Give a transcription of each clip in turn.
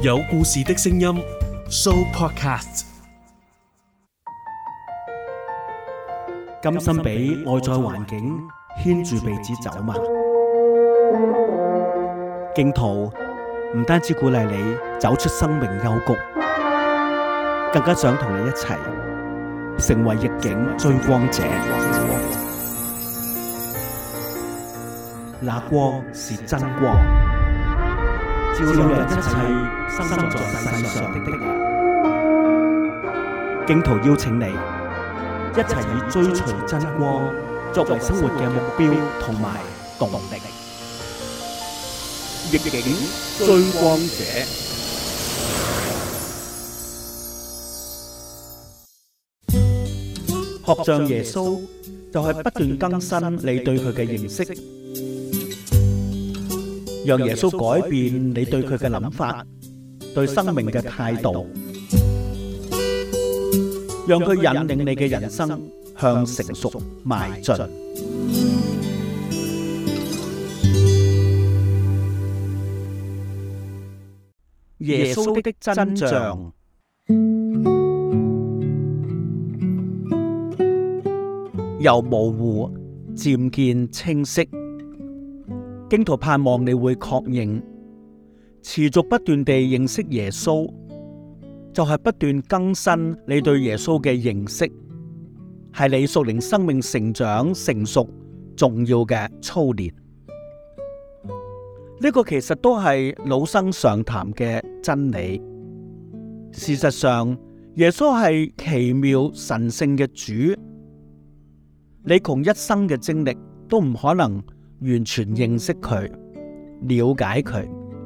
有故事的聲音 Show Podcast。 甘心俾外在環境牽住鼻子走嘛？荊徒唔單止鼓勵你走出生命幽谷，更加想同你一齊成為逆境追光者。那光是真光，照亮一切生在世上的人。荊徒邀請你一齊以追隨真光作為生活嘅目標同埋動力。逆境追光者，學像耶穌就係不斷更新你對佢嘅認識，讓耶穌改變你對佢嘅諗法，對生命嘅態度，讓佢引領你嘅人生向成熟邁進。耶穌的真像，由模糊漸見清晰。荊徒盼望你會確認，持續不斷地認識耶穌，就係不斷更新你對耶穌嘅認識，係你屬靈生命成長成熟重要嘅操練。呢個其實都係老生常談嘅真理。事實上，耶穌係奇妙神聖嘅主，你窮一生嘅精力都唔可能完全認識佢、了解佢。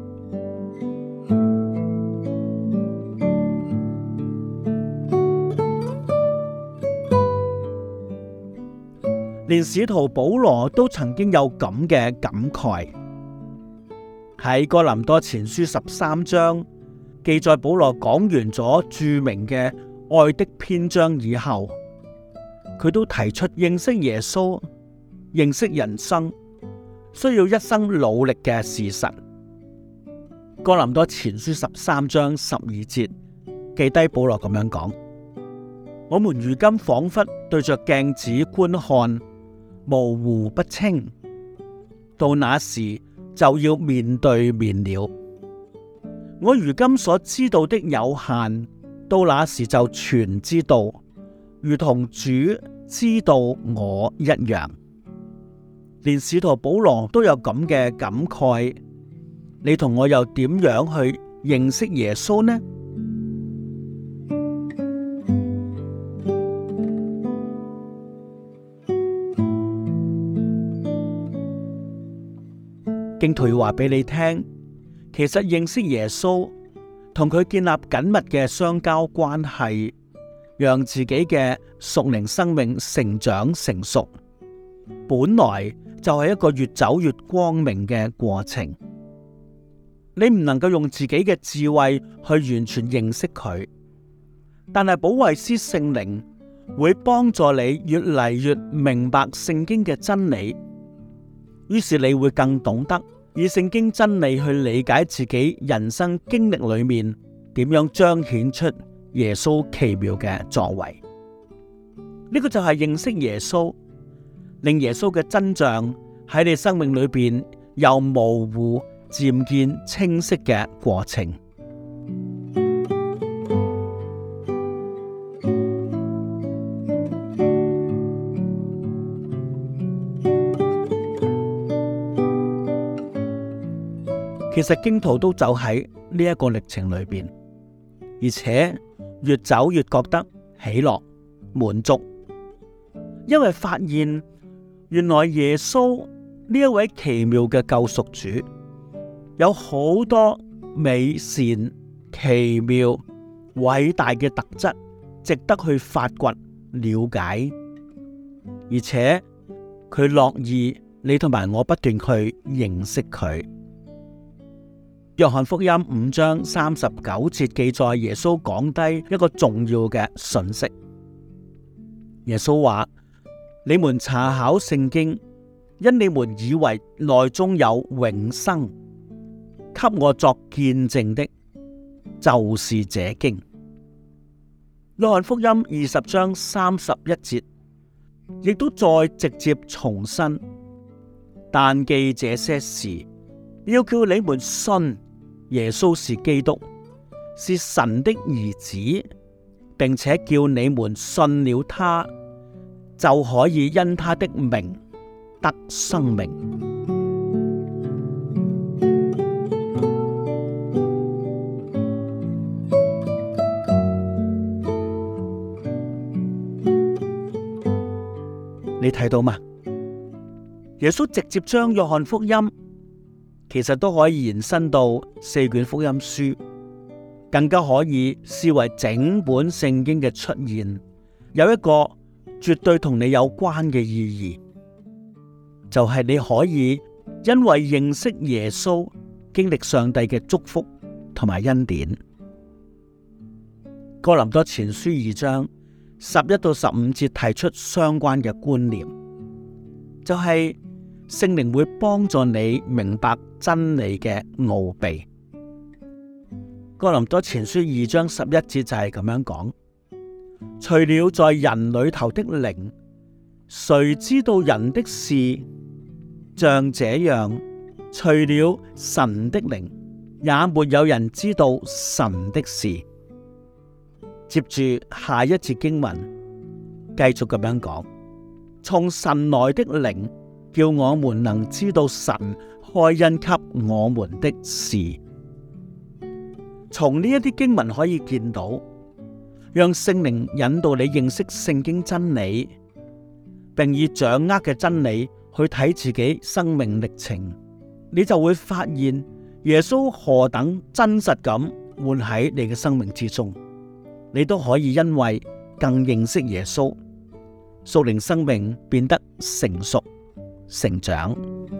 連使徒保羅都曾經有咁嘅感慨。喺哥林多前書13章記載，保羅講完咗著名嘅愛的篇章以後，佢都提出認識耶穌、認識人生需要一生努力嘅事實。哥林多前書13章12節記低保羅咁樣講：我們如今仿佛對着鏡子觀看，模糊不清，到那時就要面對面了。我如今所知道的有限，到那時就全知道，如同主知道我一樣。連使徒保羅都有咁嘅感慨，你同我又點樣去認識耶穌呢？荊徒要話俾你聽，其實認識耶穌同佢建立緊密嘅相交關係，讓自己嘅屬靈生命成長成熟，本來就係一個越走越光明嘅過程。你唔能夠用自己嘅智慧去完全認識佢，但係保惠師聖靈會幫助你越嚟越明白聖經嘅真理，於是你會更懂得以聖經真理去理解自己人生經歷裏面點樣彰顯出耶穌奇妙嘅作為。呢個就係認識耶穌，令耶穌嘅真相喺你生命裏邊由模糊漸見清晰嘅過程。其實荊徒都走喺呢一個歷程裏邊，而且越走越覺得喜樂滿足，因為發現原來耶穌呢一位奇妙嘅救贖主有好多美善、奇妙、偉大嘅特質，值得去發掘、了解，而且佢樂意你同埋我不斷去認識佢。約翰福音5章39節記載耶穌講低一個重要嘅訊息。耶穌話：你們查考聖經，因你們以為內中有永生，給我作見證的， 就是這經。約翰福音20章31節亦都再直接重申，但記這些事，要叫你們信耶穌是基督，是神的兒子，並且叫你們信了他，就可以因他的名得生命。你睇到嗎？耶穌直接將約翰福音其實都可以延伸到4卷福音書，更加可以視為整本聖經嘅出現有一個絕對同你有關嘅意義，就係你可以因為認識耶穌，經歷上帝嘅祝福同埋恩典。哥林多前書2章11到15節提出相關嘅觀念，就係聖靈會幫助你明白真理嘅奧秘。哥林多前書2章11節就係咁樣講：除了在人裏頭的靈，誰知道人的事？像這樣，除了神的靈，也沒有人知道神的事。接住下一節經文，繼續咁樣講：從神來的靈，叫我們能知道神開恩給我們的事。從呢一啲經文可以見到，讓聖靈引導你認識聖經真理，並以掌握嘅真理去睇自己生命歷程，你就會發現耶穌何等真實咁活喺你嘅生命之中。你都可以因為更認識耶穌，屬靈生命變得成熟成長。